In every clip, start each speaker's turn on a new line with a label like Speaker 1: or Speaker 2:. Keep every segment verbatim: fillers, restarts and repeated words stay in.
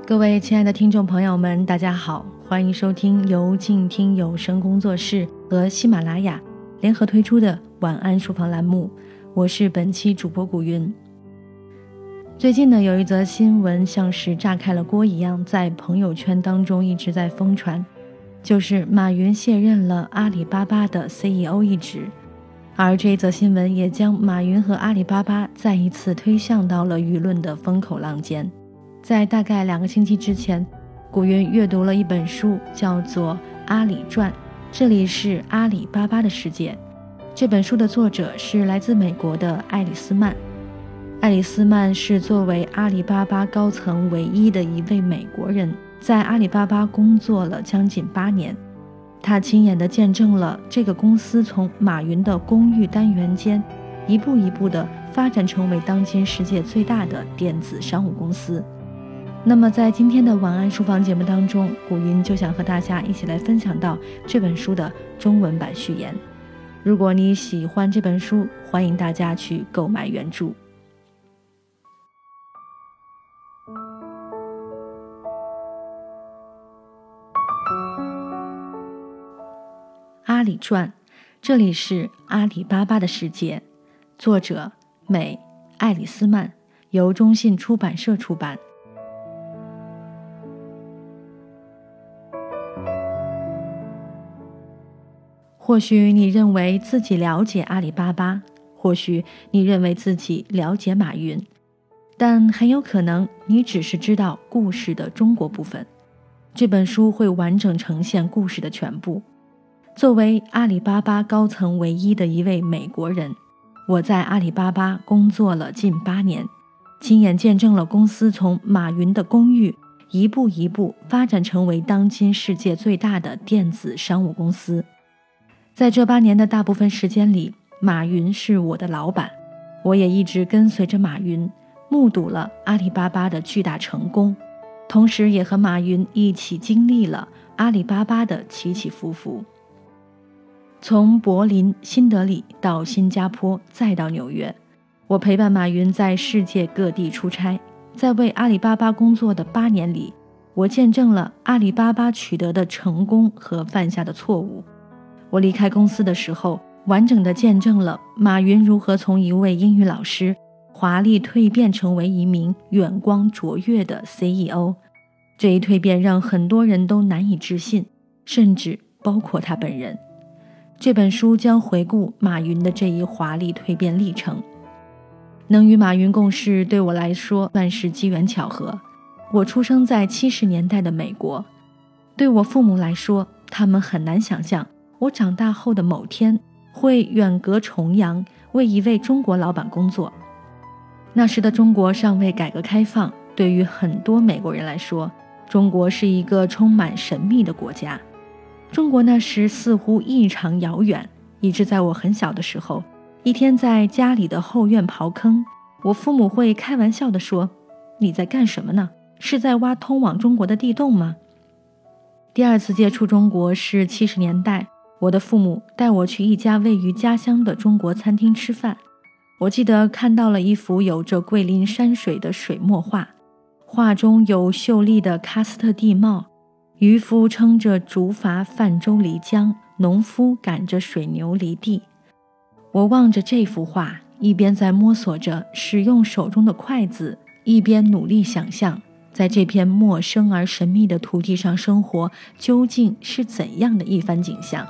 Speaker 1: 各位亲爱的听众朋友们，大家好，欢迎收听由静听有声工作室和喜马拉雅联合推出的晚安书房栏目，我是本期主播古云。最近呢，有一则新闻像是炸开了锅一样，在朋友圈当中一直在疯传，就是马云卸任了阿里巴巴的 C E O 一职，而这一则新闻也将马云和阿里巴巴再一次推向到了舆论的风口浪尖。在大概两个星期之前，古云阅读了一本书，叫做《阿里传》，这里是阿里巴巴的世界。这本书的作者是来自美国的爱丽丝曼。爱丽丝曼是作为阿里巴巴高层唯一的一位美国人，在阿里巴巴工作了将近八年。他亲眼地见证了这个公司从马云的公寓单元间一步一步地发展成为当今世界最大的电子商务公司。那么在今天的晚安书房节目当中，古云就想和大家一起来分享到这本书的中文版序言。如果你喜欢这本书，欢迎大家去购买原著。阿里传，这里是阿里巴巴的世界，作者美爱丽丝曼，由中信出版社出版。或许你认为自己了解阿里巴巴，或许你认为自己了解马云，但很有可能你只是知道故事的中国部分。这本书会完整呈现故事的全部。作为阿里巴巴高层唯一的一位美国人，我在阿里巴巴工作了近八年，亲眼见证了公司从马云的公寓一步一步发展成为当今世界最大的电子商务公司。在这八年的大部分时间里，马云是我的老板，我也一直跟随着马云，目睹了阿里巴巴的巨大成功，同时也和马云一起经历了阿里巴巴的起起伏伏。从柏林、新德里到新加坡，再到纽约，我陪伴马云在世界各地出差。在为阿里巴巴工作的八年里，我见证了阿里巴巴取得的成功和犯下的错误。我离开公司的时候，完整地见证了马云如何从一位英语老师华丽蜕变成为一名远光卓越的 C E O。 这一蜕变让很多人都难以置信，甚至包括他本人。这本书将回顾马云的这一华丽蜕变历程。能与马云共事对我来说算是机缘巧合。我出生在七十年代的美国，对我父母来说，他们很难想象我长大后的某天会远隔重洋，为一位中国老板工作。那时的中国尚未改革开放，对于很多美国人来说，中国是一个充满神秘的国家。中国那时似乎异常遥远，以致在我很小的时候，一天在家里的后院刨坑，我父母会开玩笑地说：“你在干什么呢？是在挖通往中国的地洞吗？”第二次接触中国是七十年代，我的父母带我去一家位于家乡的中国餐厅吃饭。我记得看到了一幅有着桂林山水的水墨画，画中有秀丽的喀斯特地貌，渔夫撑着竹筏泛舟漓江，农夫赶着水牛犁地。我望着这幅画，一边在摸索着使用手中的筷子，一边努力想象在这片陌生而神秘的土地上生活究竟是怎样的一番景象。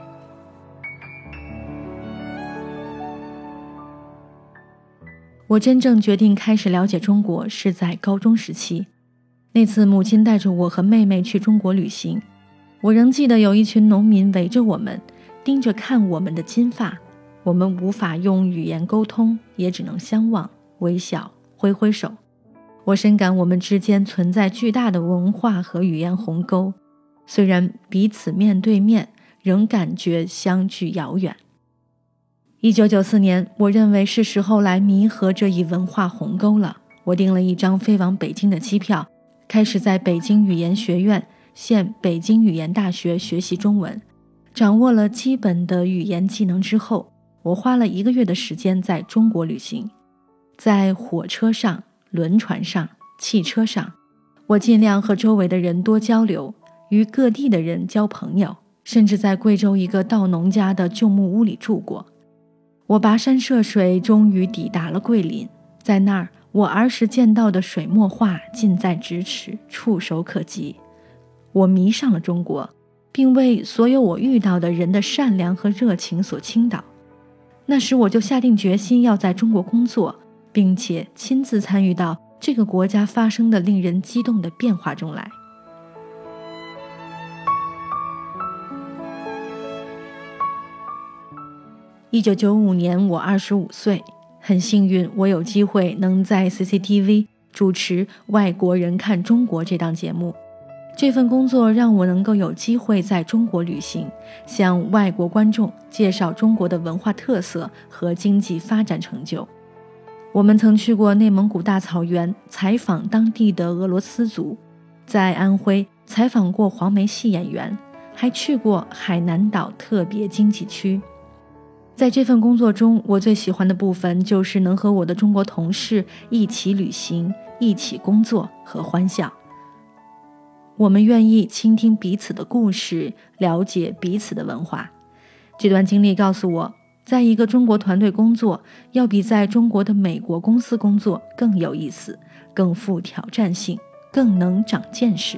Speaker 1: 我真正决定开始了解中国是在高中时期，那次母亲带着我和妹妹去中国旅行，我仍记得有一群农民围着我们，盯着看我们的金发，我们无法用语言沟通，也只能相望、微笑、挥挥手。我深感我们之间存在巨大的文化和语言鸿沟，虽然彼此面对面，仍感觉相距遥远。一九九四年，我认为是时候来弥合这一文化鸿沟了。我订了一张飞往北京的机票，开始在北京语言学院现北京语言大学学习中文。掌握了基本的语言技能之后，我花了一个月的时间在中国旅行。在火车上、轮船上、汽车上， 我尽量和周围的人多交流，与各地的人交朋友，甚至在贵州一个稻农家的旧木屋里住过。我跋山涉水，终于抵达了桂林，在那儿，我儿时见到的水墨画近在咫尺，触手可及。我迷上了中国，并为所有我遇到的人的善良和热情所倾倒。那时我就下定决心要在中国工作，并且亲自参与到这个国家发生的令人激动的变化中来。一九九五年，我二十五岁，很幸运，我有机会能在 C C T V 主持《外国人看中国》这档节目。这份工作让我能够有机会在中国旅行，向外国观众介绍中国的文化特色和经济发展成就。我们曾去过内蒙古大草原，采访当地的俄罗斯族，在安徽采访过黄梅戏演员，还去过海南岛特别经济区。在这份工作中，我最喜欢的部分就是能和我的中国同事一起旅行，一起工作和欢笑。我们愿意倾听彼此的故事，了解彼此的文化。这段经历告诉我，在一个中国团队工作，要比在中国的美国公司工作更有意思，更富挑战性，更能长见识。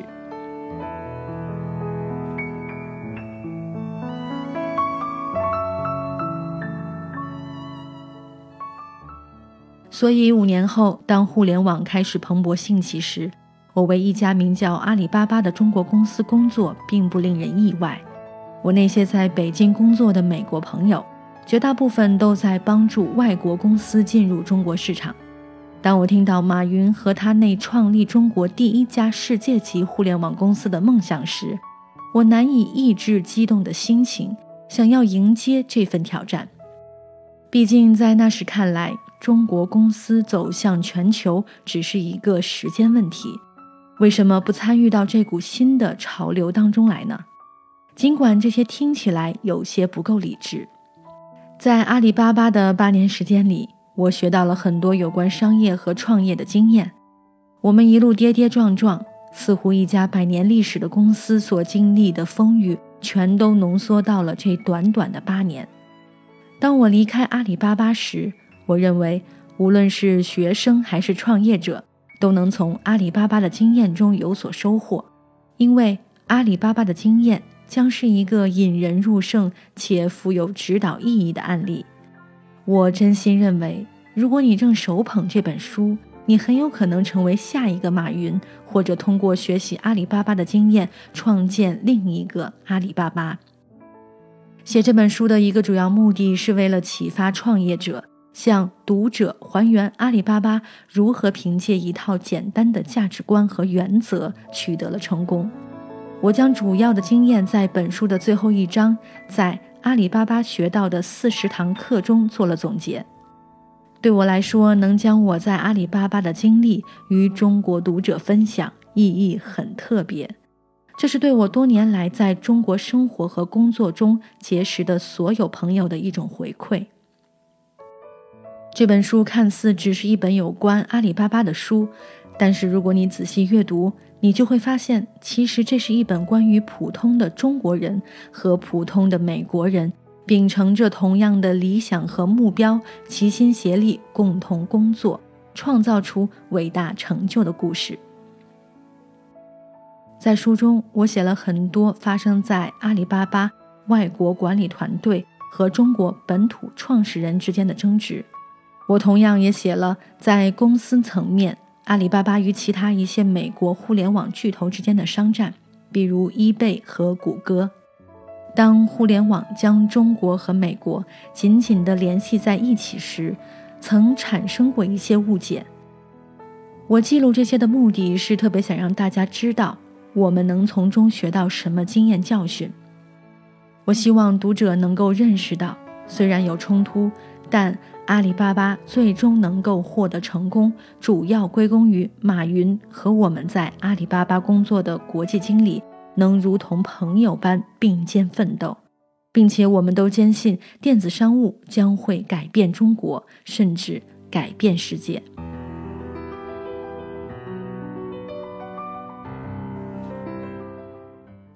Speaker 1: 所以五年后，当互联网开始蓬勃兴起时，我为一家名叫阿里巴巴的中国公司工作并不令人意外。我那些在北京工作的美国朋友，绝大部分都在帮助外国公司进入中国市场。当我听到马云和他那创立中国第一家世界级互联网公司的梦想时，我难以抑制激动的心情，想要迎接这份挑战。毕竟在那时看来，中国公司走向全球只是一个时间问题，为什么不参与到这股新的潮流当中来呢？尽管这些听起来有些不够理智。在阿里巴巴的八年时间里，我学到了很多有关商业和创业的经验。我们一路跌跌撞撞，似乎一家百年历史的公司所经历的风雨全都浓缩到了这短短的八年。当我离开阿里巴巴时，我认为无论是学生还是创业者，都能从阿里巴巴的经验中有所收获，因为阿里巴巴的经验将是一个引人入胜且富有指导意义的案例。我真心认为，如果你正手捧这本书，你很有可能成为下一个马云，或者通过学习阿里巴巴的经验，创建另一个阿里巴巴。写这本书的一个主要目的是为了启发创业者，向读者还原阿里巴巴如何凭借一套简单的价值观和原则取得了成功。我将主要的经验在本书的最后一章，在阿里巴巴学到的四十堂课中做了总结。对我来说，能将我在阿里巴巴的经历与中国读者分享，意义很特别。这是对我多年来在中国生活和工作中结识的所有朋友的一种回馈。这本书看似只是一本有关阿里巴巴的书，但是如果你仔细阅读，你就会发现，其实这是一本关于普通的中国人和普通的美国人秉承着同样的理想和目标，齐心协力共同工作，创造出伟大成就的故事。在书中，我写了很多发生在阿里巴巴外国管理团队和中国本土创始人之间的争执。我同样也写了在公司层面，阿里巴巴与其他一些美国互联网巨头之间的商战，比如 eBay 和谷歌。当互联网将中国和美国紧紧地联系在一起时，曾产生过一些误解。我记录这些的目的是特别想让大家知道，我们能从中学到什么经验教训。我希望读者能够认识到，虽然有冲突，但阿里巴巴最终能够获得成功，主要归功于马云和我们在阿里巴巴工作的国际经理能如同朋友般并肩奋斗，并且我们都坚信电子商务将会改变中国，甚至改变世界。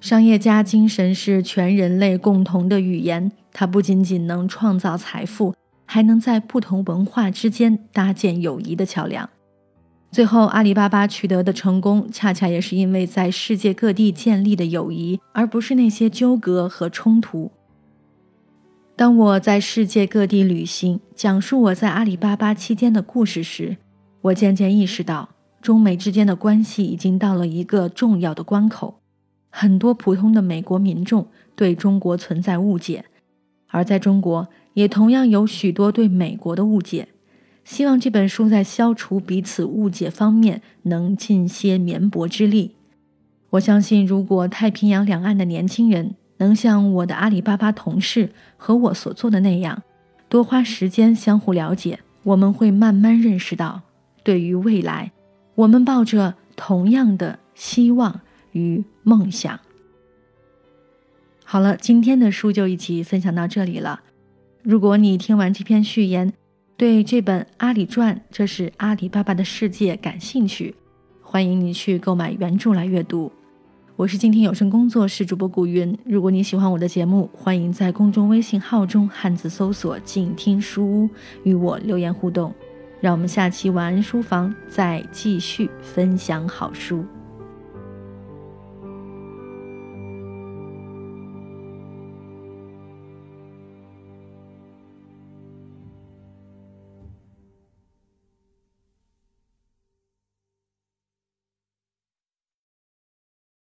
Speaker 1: 商业家精神是全人类共同的语言，它不仅仅能创造财富，还能在不同文化之间搭建友谊的桥梁。最后，阿里巴巴取得的成功，恰恰也是因为在世界各地建立的友谊，而不是那些纠葛和冲突。当我在世界各地旅行，讲述我在阿里巴巴期间的故事时，我渐渐意识到，中美之间的关系已经到了一个重要的关口。很多普通的美国民众对中国存在误解，而在中国也同样有许多对美国的误解。希望这本书在消除彼此误解方面能尽些绵薄之力。我相信，如果太平洋两岸的年轻人能像我的阿里巴巴同事和我所做的那样，多花时间相互了解，我们会慢慢认识到，对于未来，我们抱着同样的希望与梦想。好了，今天的书就一起分享到这里了。如果你听完这篇序言，对这本《阿里传》，这是阿里巴巴的世界感兴趣，欢迎你去购买原著来阅读。我是静听有声工作室主播古云，如果你喜欢我的节目，欢迎在公众微信号中汉字搜索静听书屋，与我留言互动。让我们下期晚安书房再继续分享好书。